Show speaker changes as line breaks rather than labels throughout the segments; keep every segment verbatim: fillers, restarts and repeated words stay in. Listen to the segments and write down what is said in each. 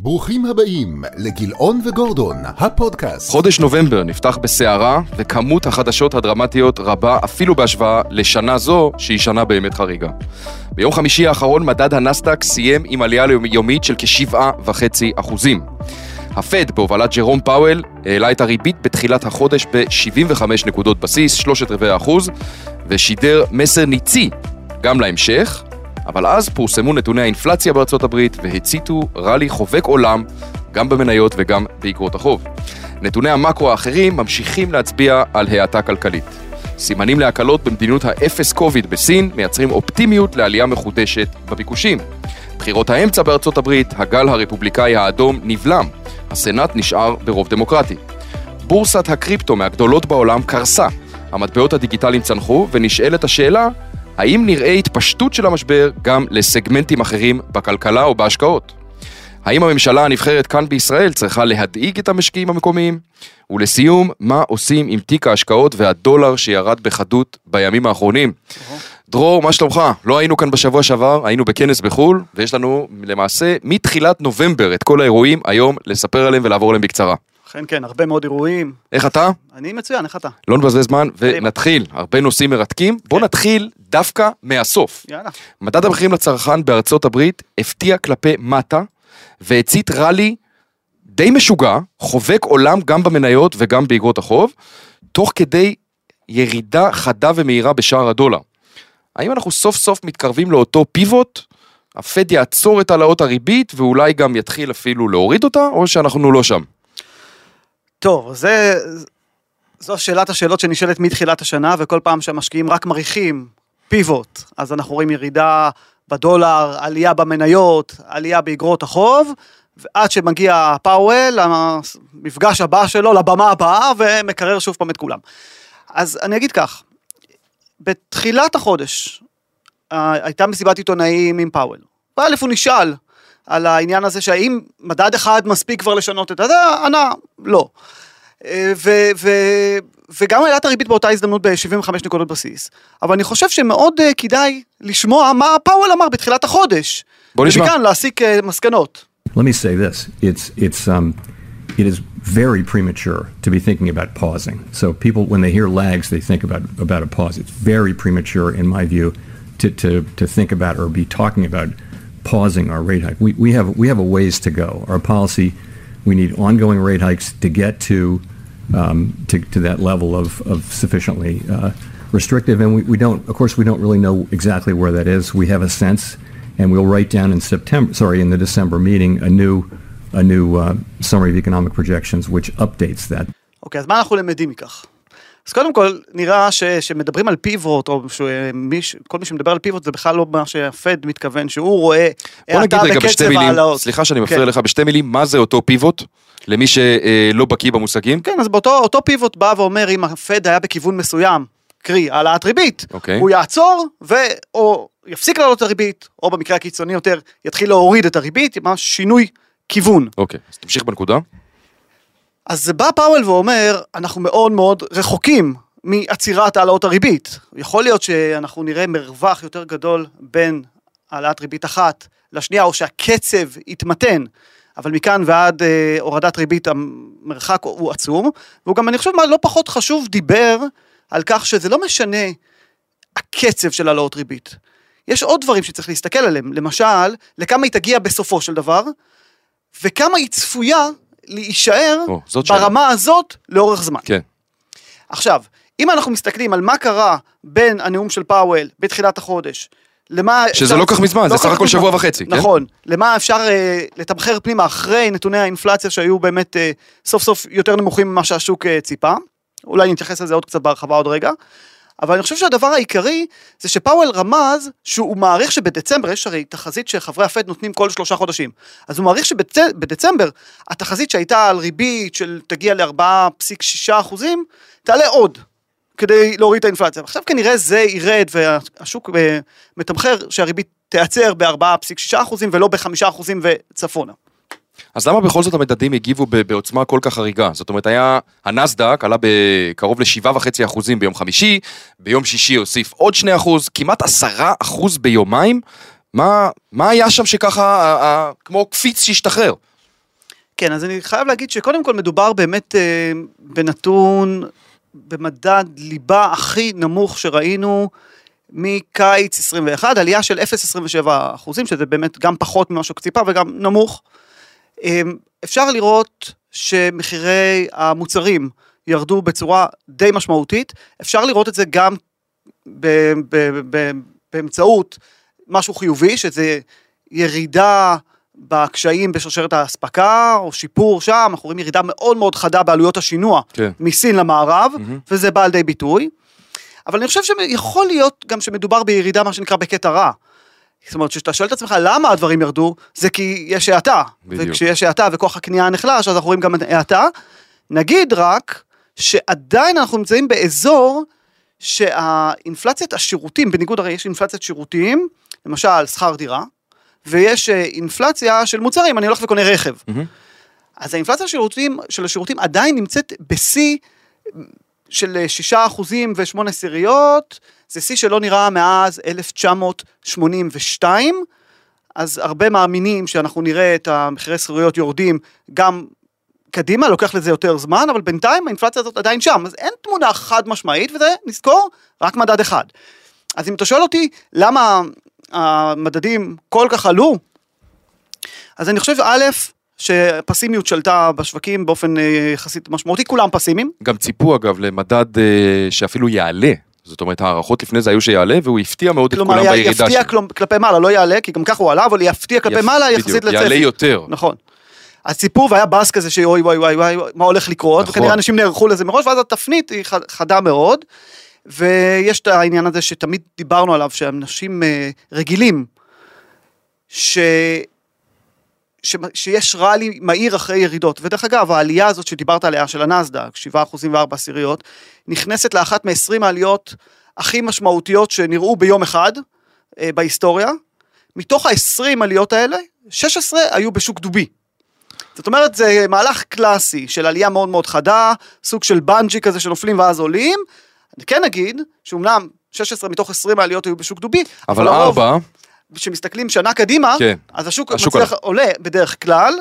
ברוכים הבאים לגילאון וגורדון, הפודקאסט.
חודש נובמבר נפתח בסערה, וכמות החדשות הדרמטיות רבה אפילו בהשוואה לשנה זו, שהיא שנה באמת חריגה. ביום חמישי האחרון מדד הנסדק סיים עם עלייה יומית של כשבעה וחצי אחוזים. הפד בהובלת ג'רום פאוול העלה את הריבית בתחילת החודש ב-שבעים וחמש נקודות בסיס, שלושת רבעי האחוז, ושידר מסר ניצי גם להמשך, אבל אז פורסמו נתוני האינפלציה בארצות הברית והציתו רלי חובק עולם גם במניות וגם באגרות החוב. נתוני המקרו האחרים ממשיכים להצביע על האטה כלכלית. סימנים להקלות במדיניות האפס קוביד בסין מייצרים אופטימיות לעלייה מחודשת בביקושים. בחירות האמצע בארצות הברית, הגל הרפובליקאי האדום נבלם. הסנאט נשאר ברוב דמוקרטי. בורסת הקריפטו מהגדולות בעולם קרסה. המטבעות הדיגיטליים צנחו ונשאלת השאלה, האם נראה התפשטות של המשבר גם לסגמנטים אחרים בכלכלה או בהשקעות? האם הממשלה הנבחרת כאן בישראל צריכה להדאיג את המשקיעים המקומיים? ולסיום, מה עושים עם תיק ההשקעות והדולר שירד בחדות בימים האחרונים? דרור, מה שלומך? לא היינו כאן בשבוע שעבר, היינו בכנס בחול, ויש לנו למעשה מתחילת נובמבר את כל האירועים היום לספר עליהם ולעבור עליהם בקצרה.
כן, כן, הרבה מאוד אירועים.
איך אתה?
אני מצוין, איך אתה?
לא נבזבז זמן ונתחיל, הרבה נושאים מרתקים. בוא נתחיל דווקא מהסוף.
יאללה.
מדד המחירים לצרכן בארצות הברית הפתיע כלפי מטה, והצית רלי די משוגע, חובק עולם גם במניות וגם באגרות החוב, תוך כדי ירידה חדה ומהירה בשער הדולר. האם אנחנו סוף סוף מתקרבים לאותו פיבוט? הפד יעצור את העלאות הריבית ואולי גם יתחיל אפילו להוריד אותה, או שאנחנו לא שם?
טוב, זה, זו שאלת השאלות שנשאלת מתחילת השנה, וכל פעם שהמשקיעים רק מריחים פיבוט, אז אנחנו רואים ירידה בדולר, עלייה במניות, עלייה באגרות החוב, ועד שמגיע פאוול, המפגש הבא שלו, לבמה הבאה, ומקרר שוב פעם את כולם. אז אני אגיד כך, בתחילת החודש, הייתה מסיבת עיתונאים עם פאוול, וא' הוא נשאל על העניין הזה, שהאם מדד אחד מספיק כבר לשנות את זה, ענה, לא. ו- ו- וגם העלת הריבית באותה הזדמנות ב-שבעים וחמש נקודות בסיס, אבל אני חושב שמאוד כדאי לשמוע מה פאוול אמר בתחילת החודש.
בוא נשמע.
ומכאן להסיק מסקנות.
Let me say this, it's, it's, um, it is very premature to be thinking about pausing. So people, when they hear lags, they think about, about a pause. It's very premature, in my view, to, to, to think about or be talking about pausing our rate hike. We, we have, we have a ways to go. Our policy, we need ongoing rate hikes to get to, um, to, to that level of, of sufficiently uh, restrictive. And we, we don't, of course, we don't really know exactly where that is. We have a sense, and we'll write down in September, sorry, in the December meeting, a new, a new uh, summary of economic projections, which updates that.
אוקיי, אז מה אנחנו למדים מכך? אז קודם כל, נראה ש, שמדברים על פיבוט, או שמיש, כל מי שמדבר על פיבוט, זה בכלל לא מה שהפד מתכוון, שהוא רואה האטה בקצב העלאות.
סליחה שאני מפריע לך בשתי מילים, מה זה אותו פיבוט? למי שלא בקיא במושגים?
כן, אז באותו אותו פיבוט בא ואומר, אם הפד היה בכיוון מסוים, קרי, העלאת ריבית,
אוקיי.
הוא יעצור, או יפסיק לעלות את הריבית, או במקרה הקיצוני יותר, יתחיל להוריד את הריבית, ממש שינוי כיוון.
אוקיי, אז תמשיך בנקודה.
אז בא פאוול ואומר, אנחנו מאוד מאוד רחוקים מעצירת העלאות הריבית. יכול להיות שאנחנו נראה מרווח יותר גדול בין העלאת ריבית אחת לשנייה, או שהקצב יתמתן, אבל מכאן ועד אה, הורדת ריבית המרחק הוא עצום, והוא גם, אני חושב, מה לא פחות חשוב, דיבר על כך שזה לא משנה הקצב של העלאות ריבית. יש עוד דברים שצריך להסתכל עליהם, למשל, לכמה היא תגיע בסופו של דבר, וכמה היא צפויה להישאר
או,
ברמה שאלה. הזאת לאורך זמן.
כן.
עכשיו, אם אנחנו מסתכלים על מה קרה בין הנאום של פאוול בתחילת החודש, למה
שזה
אפשר,
לא כך מזמן, זה סך הכל שבוע וחצי.
נכון,
כן?
למה אפשר אה, לתמחר פנימה אחרי נתוני האינפלציה שהיו באמת אה, סוף סוף יותר נמוכים ממה שהשוק אה, ציפה, אולי נתייחס לזה עוד קצת בהרחבה עוד רגע, אבל אני חושב שהדבר העיקרי זה שפאוול רמז שהוא מעריך שבדצמבר, יש הרי תחזית שחברי הפד נותנים כל שלושה חודשים, אז הוא מעריך שבדצמבר התחזית שהייתה על ריבית של תגיע ל-ארבעה נקודה שישה אחוזים, תעלה עוד כדי להוריד את האינפלציה. עכשיו כנראה זה ירד והשוק מתמחר שהריבית תיעצר ב-ארבעה נקודה שישה אחוזים ולא ב-חמישה אחוזים וצפונה.
אז למה בכל זאת המדדים הגיבו בעוצמה כל כך חריגה? זאת אומרת, היה, הנסדק עלה בקרוב ל-שבעה וחצי אחוזים ביום חמישי, ביום שישי הוסיף עוד שני אחוז, כמעט עשרה אחוז ביומיים, מה, מה היה שם שככה, כמו קפיץ שהשתחרר?
כן, אז אני חייב להגיד שקודם כל מדובר באמת אה, בנתון, במדד ליבה הכי נמוך שראינו מקיץ עשרים ואחת, עלייה של אפס נקודה עשרים ושבע אחוזים, שזה באמת גם פחות ממה שציפה וגם נמוך. אה, אפשר לראות שמחירי המוצרים ירדו בצורה די משמעותית, אפשר לראות את זה גם ב- ב- ב- באמצעות משהו חיובי, שזה ירידה בקשיים בשרשרת ההספקה, או שיפור שם, אנחנו רואים ירידה מאוד מאוד חדה בעלויות השינוע,
כן.
מסין למערב,
Mm-hmm.
וזה בא על די ביטוי, אבל אני חושב שיכול להיות גם שמדובר בירידה, מה שנקרא בקטע רע, זאת אומרת, כשאתה שואל את עצמך למה הדברים ירדו, זה כי יש האטה, וכשיש האטה וכוח הקנייה נחלש, אז אנחנו רואים גם האטה, נגיד רק, שעדיין אנחנו נמצאים באזור, שהאינפלציית השירותים, בניגוד הרי יש אינפלציית שירותים, למשל שכר דירה, ויש אינפלציה של מוצרים, אני הולך וקונה רכב. Mm-hmm. אז האינפלציה של השירותים, של השירותים עדיין נמצאת בשיא של שישה אחוזים ושמונה סיריות, זה שיא שלא נראה מאז אלף תשע מאות שמונים ושתיים, אז הרבה מאמינים שאנחנו נראה את המחירי סיריות יורדים גם קדימה, לוקח לזה יותר זמן, אבל בינתיים האינפלציה הזאת עדיין שם, אז אין תמונה חד משמעית, וזה נזכור רק מדד אחד. אז אם אתה שואל אותי, למה המדדים כל כך עלו, אז אני חושב א', שפסימיות שלטה בשווקים באופן יחסית משמעותי, כולם פסימיים.
גם ציפו אגב למדד שאפילו יעלה, זאת אומרת הערכות לפני זה היו שיעלה, והוא הפתיע מאוד את כולם בירידה שלו.
כלומר, יפתיע כלפי מעלה, לא יעלה, כי גם כך הוא עלה, אבל יפתיע כלפי מעלה יחסית לצפי.
יעלה יותר.
נכון. אז ציפו והיה בס כזה שאוי וואי וואי וואי, מה הולך לקרות, וכנראה אנשים נערכו לזה מראש, ואז התפנית היא חדה מאוד, ויש את העניין הזה שתמיד דיברנו עליו, שאנשים רגילים, ש... ש... שיש רלי מהיר אחרי ירידות, ודרך אגב, העלייה הזאת שדיברת עליה של הנסדק, שבעה אחוזים וארבע סיריות, נכנסת לאחת מ-עשרים העליות הכי משמעותיות שנראו ביום אחד, אה, בהיסטוריה, מתוך ה-עשרים עליות האלה, שש עשרה היו בשוק דובי. זאת אומרת, זה מהלך קלאסי של עלייה מאוד מאוד חדה, סוג של בנג'י כזה שנופלים ואז עולים, אני כן אגיד, שאומנם שש עשרה מתוך עשרים העליות היו בשוק דובי,
אבל ארבע,
כשמסתכלים שנה קדימה,
כן.
אז השוק,
השוק
מצליח, עולה בדרך כלל,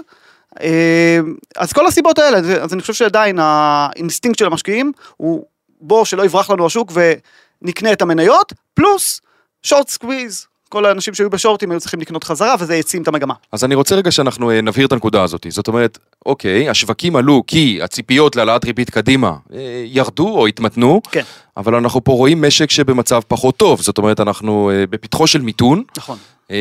אז כל הסיבות האלה, אז אני חושב שעדיין האינסטינקט של המשקיעים, הוא בוא שלא יברח לנו השוק ונקנה את המניות, פלוס שורט סקוויז, כל האנשים שהיו בשורטים היו צריכים לקנות חזרה, וזה יצים את המגמה.
אז אני רוצה רגע שאנחנו נבהיר את הנקודה הזאת. זאת אומרת, אוקיי, השווקים עלו כי הציפיות להעלאת ריבית קדימה ירדו או התמתנו,
כן.
אבל אנחנו פה רואים משק שבמצב פחות טוב. זאת אומרת, אנחנו בפתחו של מיתון.
נכון.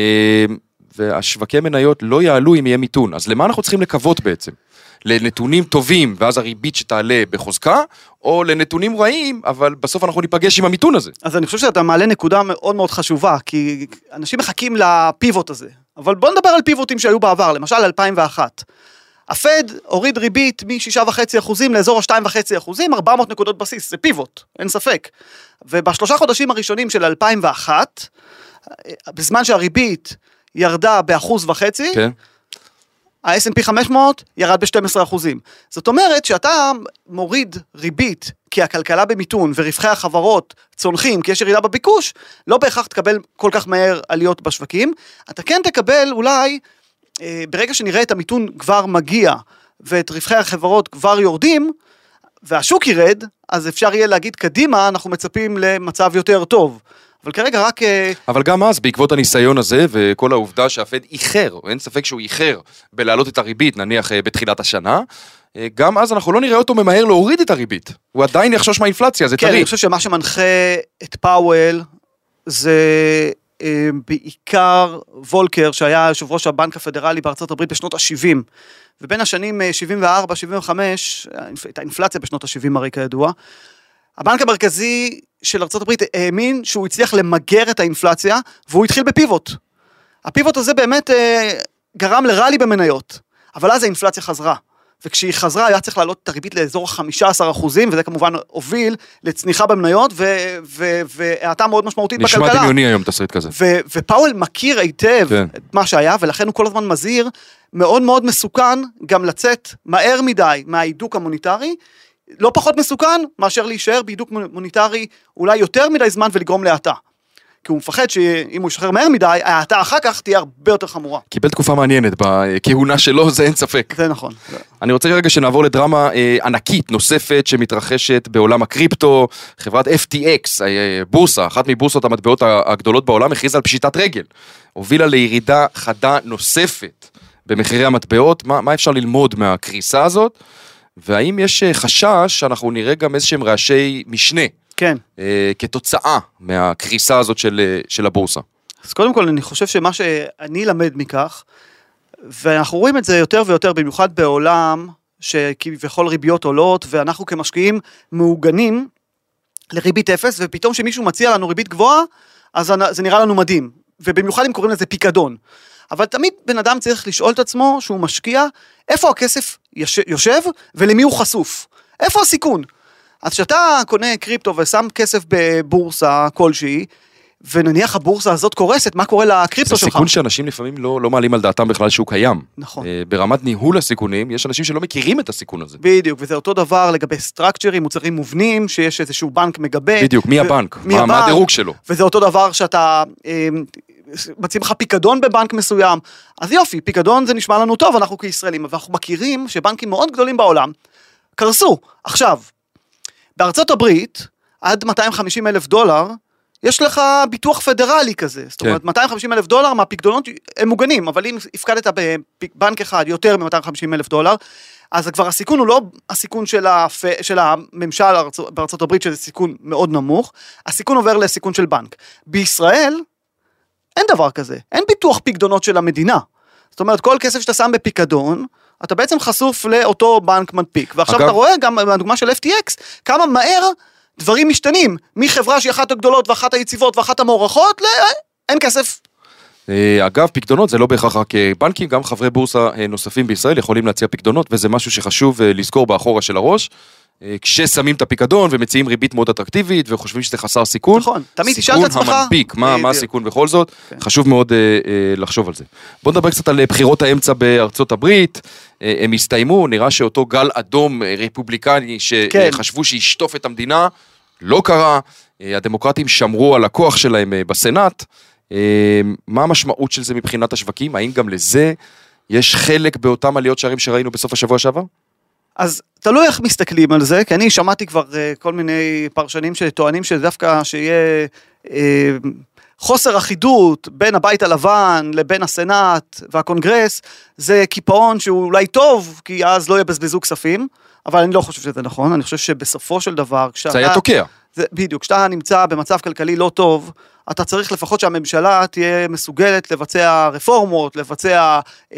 והשווקי מניות לא יעלו אם יהיה מיתון. אז למה אנחנו צריכים לקוות בעצם? לנתונים טובים, ואז הריבית שתעלה בחוזקה, או לנתונים רעים, אבל בסוף אנחנו ניפגש עם המיתון הזה.
אז אני חושב שאתה מעלה נקודה מאוד מאוד חשובה, כי אנשים מחכים לפיבוט הזה. אבל בוא נדבר על פיבוטים שהיו בעבר, למשל אלפיים ואחת. הפד הוריד ריבית מ-שישה וחצי אחוזים לאזור ה-שתיים וחצי אחוזים, ארבע מאות נקודות בסיס, זה פיבוט, אין ספק. ובשלושה חודשים הראשונים של אלפיים ואחת, בזמן שהריבית ירדה באחוז וחצי, כן. ה-אס אנד פי חמש מאות ירד ב-שנים עשר אחוזים. זאת אומרת שאתה מוריד ריבית כי הכלכלה במיתון ורווחי החברות צונחים כי יש ירידה בביקוש, לא בהכרח תקבל כל כך מהר עליות בשווקים, אתה כן תקבל אולי, אה, ברגע שנראה את המיתון כבר מגיע ואת רווחי החברות כבר יורדים, והשוק ירד, אז אפשר יהיה להגיד קדימה, אנחנו מצפים למצב יותר טוב. אבל כרגע רק...
אבל גם אז, בעקבות הניסיון הזה, וכל העובדה שהפד איחר, אין ספק שהוא איחר בלהעלות את הריבית, נניח בתחילת השנה, גם אז אנחנו לא נראה אותו ממהר להוריד את הריבית. הוא עדיין יחשוש מהאינפלציה, זה
כן,
טרי.
אני חושב שמה שמנחה את פאוול, זה אה, בעיקר וולקר, שהיה יושב ראש הבנק הפדרלי בארצות הברית בשנות ה-שבעים, ובין השנים שבעים וארבע שבעים וחמש, את האינפלציה בשנות ה-שבעים הרי כידוע, הבנק המרכזי של ארצות הברית האמין שהוא הצליח למגר את האינפלציה, והוא התחיל בפיבוט. הפיבוט הזה באמת אה, גרם לרלי במניות, אבל אז האינפלציה חזרה, וכשהיא חזרה היה צריך לעלות את הריבית לאזור חמישה עשר אחוזים, וזה כמובן הוביל לצניחה במניות, והאטה מאוד משמעותית
נשמע
בכלכלה.
נשמע דמיוני היום תסריט כזה.
ו- ופאוול מכיר היטב כן. את מה שהיה, ולכן הוא כל הזמן מזהיר, מאוד מאוד מסוכן גם לצאת מהר מדי מההידוק המוניטרי, לא פחות מסוכן מאשר להישאר בהידוק מוניטרי אולי יותר מדי זמן ולגרום להאטה. כי הוא מפחד שאם הוא ישחרר מהר מדי, ההאטה אחר כך תהיה הרבה יותר חמורה.
קיבל תקופה מעניינת בכהונה שלו, זה אין ספק.
זה נכון.
אני רוצה רגע שנעבור לדרמה אה, ענקית נוספת שמתרחשת בעולם הקריפטו, חברת אף טי אקס, בורסה, אחת מבורסות המטבעות הגדולות בעולם, הכריזה על פשיטת רגל, הובילה לירידה חדה נוספת במחירי המטבעות. מה, מה אפשר ללמוד מהקריסה הזאת? והאם יש חשש שאנחנו נראה גם איזשהם רעשי משנה?
כן.
אה, כתוצאה מהקריסה הזאת של, של הבורסה.
אז קודם כל אני חושב שמה שאני למד מכך, ואנחנו רואים את זה יותר ויותר, במיוחד בעולם שכביכול ריביות עולות, ואנחנו כמשקיעים מעוגנים לריבית אפס, ופתאום שמישהו מציע לנו ריבית גבוהה, אז זה נראה לנו מדהים, ובמיוחד אם קוראים לזה פיקדון. אבל תמיד בן אדם צריך לשאול את עצמו שהוא משקיע, איפה הכסף יושב ולמי הוא חשוף? איפה הסיכון? אז כשאתה קונה קריפטו ושם כסף בבורסה כלשהי, ונניח הבורסה הזאת קורסת, מה קורה לקריפטו שלך?
זה סיכון שאנשים לפעמים לא, לא מעלים על דעתם בכלל שהוא קיים.
נכון.
ברמת ניהול הסיכונים, יש אנשים שלא מכירים את הסיכון הזה.
בדיוק, וזה אותו דבר לגבי סטרקצ'רים, מוצרים מובנים, שיש איזשהו בנק מגבה.
בדיוק, מי הבנק?
מי
מה,
הבנק?
מה הדירוג שלו?
וזה אותו דבר שאתה אה, מציעים לך פיקדון בבנק מסוים. אז יופי, פיקדון זה נשמע לנו טוב, אנחנו כישראלים, אבל אנחנו מכירים שבנקים מאוד גדולים בעולם קרסו. עכשיו, בארצות הברית, עד מאתיים וחמישים אלף דולר, יש לך ביטוח פדרלי כזה, זאת אומרת, מאתיים וחמישים אלף דולר מהפקדונות הם מוגנים, אבל אם הפקדת בבנק אחד יותר מ-מאתיים וחמישים אלף דולר, אז כבר הסיכון הוא לא הסיכון של, הפ... של הממשל בארצות הברית, שזה סיכון מאוד נמוך, הסיכון עובר לסיכון של בנק. בישראל, אין דבר כזה, אין ביטוח פקדונות של המדינה. זאת אומרת, כל כסף שאתה שם בפיקדון, אתה בעצם חשוף לאותו בנק מנפיק. ועכשיו אגב... אתה רואה גם מהדוגמה של אף טי אקס, כמה מהר דברים משתנים, מחברה שהיא אחת הגדולות ואחת היציבות ואחת המוערכות, לא, אין כסף.
אגב, פקדונות זה לא בהכרח רק בנקים, גם חברי בורסה נוספים בישראל יכולים להציע פקדונות, וזה משהו שחשוב לזכור באחורה של הראש, כששמים את הפיקדון ומציעים ריבית מאוד אטרקטיבית, וחושבים שזה חסר סיכון.
נכון, תמיד תשאל את עצמך.
סיכון המנפיק, מה, מה הסיכון בכל זאת, חשוב מאוד לחשוב על זה. בוא נדבר קצת על בחירות האמצע בארצות הברית, הם הסתיימו, נראה שאותו גל אדום רפובליקני שחשבו שישטוף את המדינה, לא קרה, הדמוקרטים שמרו על הכוח שלהם בסנאט, מה המשמעות של זה מבחינת השווקים? האם גם לזה יש חלק באותם עליות שערים שראינו בסוף השבוע שעבר?
אז תלוי איך מסתכלים על זה, כי אני שמעתי כבר כל מיני פרשנים שטוענים שדווקא שיהיה אה, חוסר אחידות בין הבית הלבן לבין הסנאט והקונגרס, זה קיפאון שהוא אולי טוב, כי אז לא יבזבזו כספים, אבל אני לא חושב שזה נכון, אני חושב שבסופו של דבר,
זה היה תוקע.
זה, בדיוק, כשאתה נמצא במצב כלכלי לא טוב, אתה צריך לפחות שהממשלה תהיה מסוגלת לבצע רפורמות, לבצע,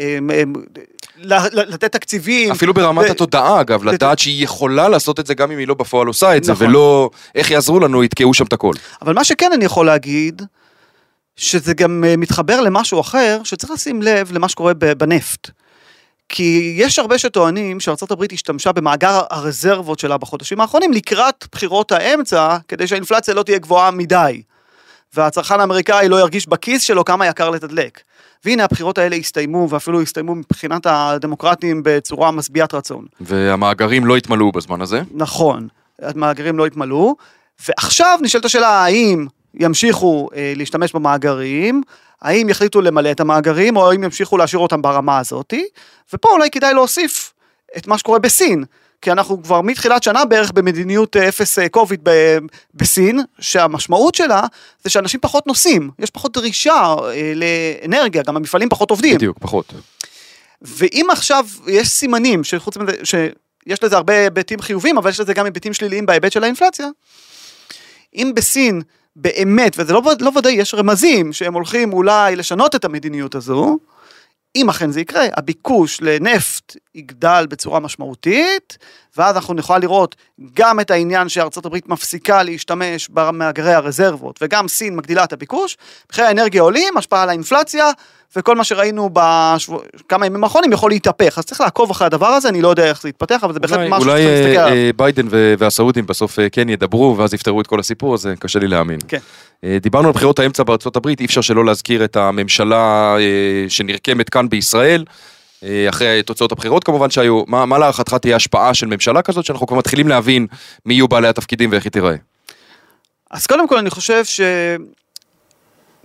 לתת תקציבים.
אפילו ברמת התודעה, אגב, לדעת שהיא יכולה לעשות את זה גם אם היא לא בפועל עושה את זה, ולא, איך יעזרו לנו, יתקעו שם את הכל. אבל
מה שכן אני יכול להגיד, שזה גם מתחבר למשהו אחר, שצריך לשים לב למה שקורה בנפט. כי יש הרבה שטוענים שארצות הברית השתמשה במאגר הרזרבות שלה בחודשים האחרונים, לקראת בחירות האמצע, כדי שהאינפלציה לא תהיה גבוהה מדי. והצרכן האמריקאי לא ירגיש בכיס שלו כמה יקר לתדלק. והנה הבחירות האלה הסתיימו, ואפילו הסתיימו מבחינת הדמוקרטים בצורה משביעת רצון.
והמאגרים לא התמלאו בזמן הזה?
נכון, המאגרים לא התמלאו, ועכשיו נשאלת השאלה, האם ימשיכו אה, להשתמש במאגרים, האם יחליטו למלא את המאגרים, או האם ימשיכו להשאיר אותם ברמה הזאת, ופה אולי כדאי להוסיף את מה שקורה בסין, כי אנחנו כבר מתחילת שנה בערך במדיניות אפס קוביד בסין, שהמשמעות שלה זה שאנשים פחות נוסעים, יש פחות דרישה לאנרגיה, גם המפעלים פחות עובדים.
בדיוק, פחות.
ואם עכשיו יש סימנים, שחוץ מזה, שיש לזה הרבה היבטים חיובים, אבל יש לזה גם היבטים שליליים בהיבט של האינפלציה, אם בסין באמת, וזה לא, לא ודאי, יש רמזים שהם הולכים אולי לשנות את המדיניות הזו, אם אכן זה יקרה, הביקוש לנפט יגדל בצורה משמעותית, ואז אנחנו נוכל לראות גם את העניין שארצות הברית מפסיקה להשתמש במאגרי הרזרבות, וגם סין מגדילה את הביקוש, מחירי האנרגיה עולים, השפעה על האינפלציה, וכל מה שראינו בכמה ימים האחרונים יכול להתהפך, אז צריך לעקוב אחרי הדבר הזה, אני לא יודע איך זה יתפתח, אבל זה בהחלט משהו שצריך להסתכל עליו.
אולי ביידן והסעודים בסוף כן ידברו, ואז יפתרו את כל הסיפור הזה, קשה לי להאמין.
כן.
דיברנו על בחירות האמצע בארצות הברית, אי אפשר שלא להזכיר את הממשלה שנרקמת כאן בישראל, אחרי תוצאות הבחירות כמובן שהיו, מה, מה להערכתך תהיה השפעה של ממשלה כזאת, שאנחנו כבר מתחילים להבין מי יהיו בעלי התפקידים ואיך היא תיראה?
אז קודם כל אני חושב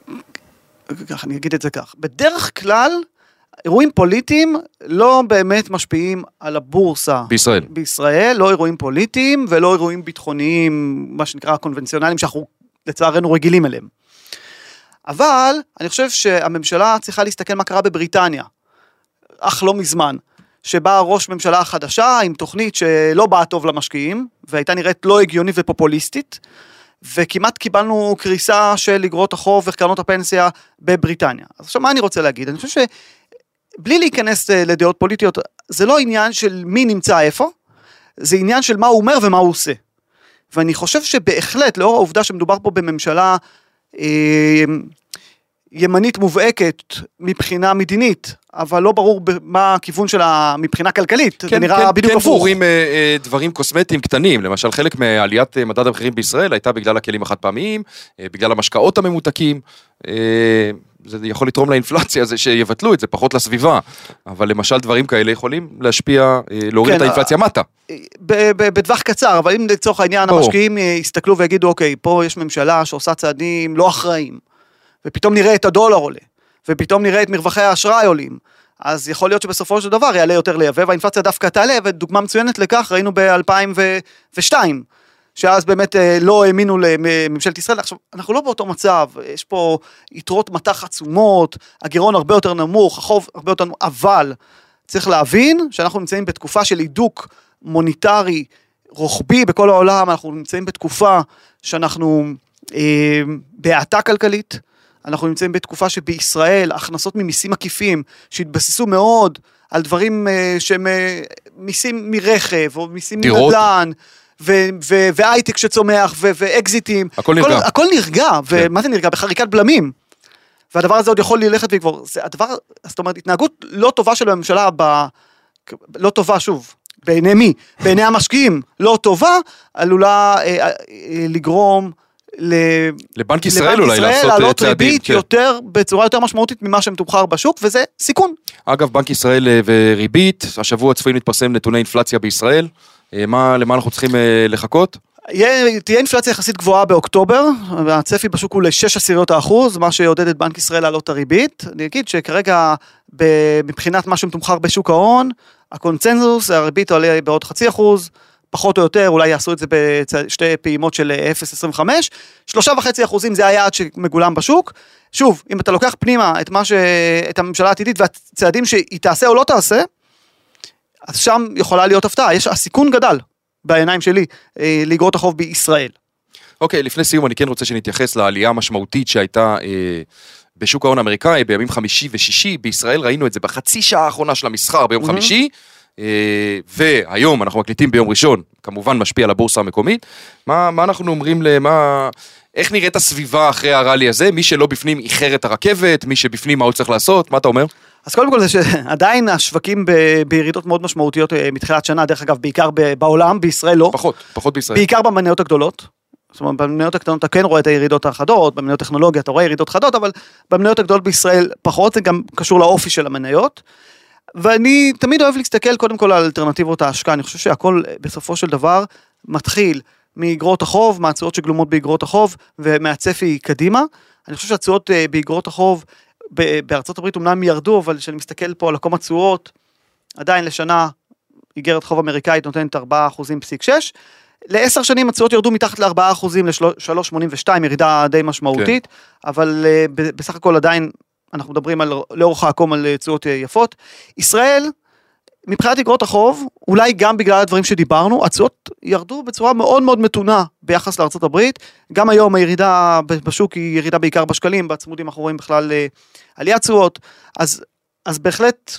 כך, אני אגיד את זה כך, בדרך כלל, אירועים פוליטיים לא באמת משפיעים על הבורסה.
בישראל.
בישראל, לא אירועים פוליטיים ולא אירועים ביטחוניים, מה שנקרא קונבנציונליים, שאנחנו לצערנו רגילים אליהם. אבל אני חושב שהממשלה צריכה להסתכל מה קרה בבריטניה, אך לא מזמן, שבאה ראש ממשלה חדשה עם תוכנית שלא באה טוב למשקיעים, והייתה נראית לא הגיונית ופופוליסטית, וכמעט קיבלנו קריסה של אגרות החוב וקרנות הפנסיה בבריטניה. אז עכשיו מה אני רוצה להגיד? אני חושב שבלי להיכנס לדעות פוליטיות, זה לא עניין של מי נמצא איפה, זה עניין של מה הוא אומר ומה הוא עושה. ואני חושב שבהחלט, לאור העובדה שמדובר פה בממשלה אה, ימנית מובהקת מבחינה מדינית, אבל לא ברור מה הכיוון שלה מבחינה כלכלית,
כן,
זה נראה
כן,
בדיוק
כן,
הפוך.
ברורים אה, אה, דברים קוסמטיים קטנים, למשל חלק מעליית אה, מדד המחירים בישראל, הייתה בגלל הכלים החד פעמיים, אה, בגלל המשקאות הממותקים, אה, זה יכול לתרום לאינפלציה, זה שיבטלו את זה, פחות לסביבה, אבל למשל דברים כאלה יכולים להשפיע, אה, להוריד
כן,
את האינפלציה מטה.
בטווח קצר, אבל אם לצורך העניין
ברור.
המשקיעים יסתכלו ויגידו, אוקיי, פה יש ממשלה שעושה צעדים לא אחראיים, ופתאום נראה את הדולר עולה, ופתאום נראה את מרווחי האשראי עולים, אז יכול להיות שבסופו של דבר יעלה יותר לייבא, והאינפלציה דווקא תעלה, ודוגמה מצוינת לכך ראינו ב-אלפיים ושתיים, שאז באמת לא האמינו לממשלת ישראל. עכשיו, אנחנו לא באותו מצב, יש פה יתרות מתח עצומות, הגירעון הרבה יותר נמוך, החוב הרבה יותר נמוך, אבל צריך להבין שאנחנו נמצאים בתקופה של הידוק מוניטרי, רוחבי בכל העולם, אנחנו נמצאים בתקופה שאנחנו אה, בהאטה כלכלית, אנחנו נמצאים בתקופה שבישראל, הכנסות ממיסים עקיפים, שהתבססו מאוד על דברים אה, שהם אה, מיסים מרכב, או מיסים מנדל"ן, והייטק שצומח, ואקזיטים,
הכל נרגע.
הכל נרגע, ומה זה נרגע? בחריקת בלמים. והדבר הזה עוד יכול ללכת ולגבור. זה הדבר, זאת אומרת, התנהגות לא טובה של הממשלה, ב... לא טובה שוב, בעיני מי? בעיני המשקיעים, לא טובה, עלולה אה, אה, לגרום ל...
לבנק ישראל אולי לעשות
לעלות
צעדים.
ריבית
כן.
יותר, בצורה יותר משמעותית ממה שמתומחר בשוק, וזה סיכון.
אגב, בנק ישראל אה, וריבית, השבוע צפויים להתפרסם נתוני אינפלציה בישראל, אה, מה, למה אנחנו צריכים אה, לחכות?
תהיה אינפלציה יחסית גבוהה באוקטובר, והצפי בשוק הוא לשש עשיריות האחוז, מה שיעודד את בנק ישראל לעלות הריבית. אני אגיד שכרגע, מבחינת מה שמתומחר בשוק ההון, הקונצנזוס, הריבית עולה בעוד חצי אחוז, פחות או יותר, אולי יעשו את זה בשתי פעימות של אפס נקודה עשרים וחמש, שלושה וחצי אחוזים זה היעד שמגולם בשוק. שוב, אם אתה לוקח פנימה את מה ש... את הממשלה העתידית והצעדים שהיא תעשה או לא תעשה, אז שם יכולה להיות הפתעה, יש הסיכון גדל. בעיניים שלי, לאגרות החוב בישראל.
אוקיי, לפני סיום אני כן רוצה שנתייחס לעלייה המשמעותית שהייתה אה, בשוק ההון האמריקאי, בימים חמישי ושישי, בישראל ראינו את זה בחצי שעה האחרונה של המסחר ביום חמישי, אה, והיום אנחנו מקליטים ביום ראשון, כמובן משפיע על הבורסה המקומית, מה, מה אנחנו אומרים למה... איך נראית הסביבה אחרי הרלי הזה? מי שלא בפנים איחר את הרכבת, מי שבפנים מה הוא צריך לעשות, מה אתה אומר?
אז קודם כל זה שעדיין השווקים ב- בירידות מאוד משמעותיות מתחילת שנה, דרך אגב בעיקר ב- בעולם, בישראל לא.
פחות, פחות בישראל.
בעיקר במניות הגדולות. זאת אומרת, במניות הקטנות אתה כן רואה את הירידות החדות, במניות טכנולוגיה אתה רואה ירידות חדות, אבל במניות הגדולות בישראל פחות, זה גם קשור לאופי של המניות. ואני תמיד אוהב להסתכל קודם כל על אלטרנטיבות ההשקעה, אני חושב שהכל בסופו של דבר מתחיל מאגרות החוב, מהתשואות שגלומות באגרות החוב, ומהצפי קדימה. אני חושב שהתשואות באגרות החוב בארצות הברית אומנם ירדו, אבל כשאני מסתכל פה על עקום התשואות, עדיין לשנה, איגרת חוב אמריקאית נותנת ארבעה אחוזים פסיק שש, לעשר שנים התשואות ירדו מתחת ל-ארבעה אחוזים ל-שלוש נקודה שמונים ושתיים, ירידה די משמעותית, כן. אבל uh, בסך הכל עדיין אנחנו מדברים על, לאורך העקום על תשואות יפות. ישראל, מבחינת איגרות החוב, אולי גם בגלל הדברים שדיברנו, התשואות ירדו בצורה מאוד מאוד מתונה ביחס לארצות הברית, גם היום הירידה בשוק היא ירידה בעיקר בשקלים, בצמודים אנחנו רואים בכלל עליית תשואות, אז, אז בהחלט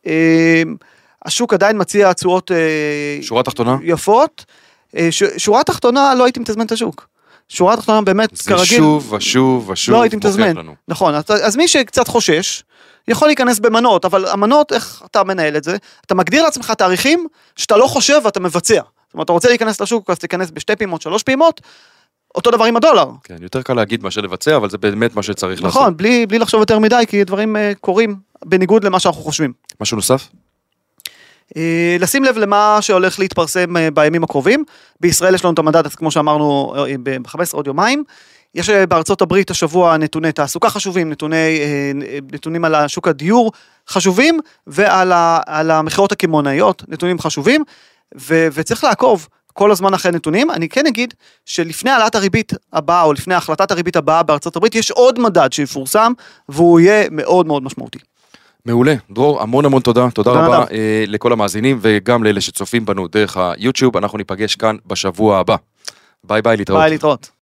אה, השוק עדיין מציע תשואות אה,
שורה תחתונה?
יפות, אה, ש, שורה תחתונה לא הייתי מתזמן את השוק, שורה תחתונה באמת
זה
כרגיל,
זה שוב ושוב ושוב
לא הייתי מתזמן, נכון, אז, אז מי שקצת חושש, יכול להיכנס במנות, אבל המנות, איך אתה מנהל את זה? אתה מגדיר לעצמך תאריכים שאתה לא חושב ואתה מבצע. זאת אומרת, אתה רוצה להיכנס לשוק, אז תיכנס בשתי פעימות, שלוש פעימות, אותו דבר עם הדולר.
כן, יותר קל להגיד מה שלבצע, אבל זה באמת מה שצריך לעשות.
נכון, בלי, בלי לחשוב יותר מדי, כי דברים uh, קורים בניגוד למה שאנחנו חושבים.
משהו נוסף?
לשים לב למה שהולך להתפרסם בימים הקרובים, בישראל יש לנו את המדד, כמו שאמרנו, ב-חמישה עשר עוד יומיים, יש בארצות הברית השבוע נתוני תעסוקה חשובים, נתוני, נתונים על השוק הדיור חשובים, ועל על המחירות הקמעונאיות, נתונים חשובים, ו, וצריך לעקוב כל הזמן אחרי נתונים. אני כן אגיד שלפני העלאת הריבית הבאה, או לפני החלטת הריבית הבאה בארצות הברית, יש עוד מדד שיפורסם, והוא יהיה מאוד מאוד משמעותי.
מעולה. דרור, המון המון תודה. תודה רבה אה, לכל המאזינים, וגם לאלה שצופים בנו דרך היוטיוב. אנחנו ניפגש כאן בשבוע הבא. ביי ביי, להתראות.
ביי, להתראות.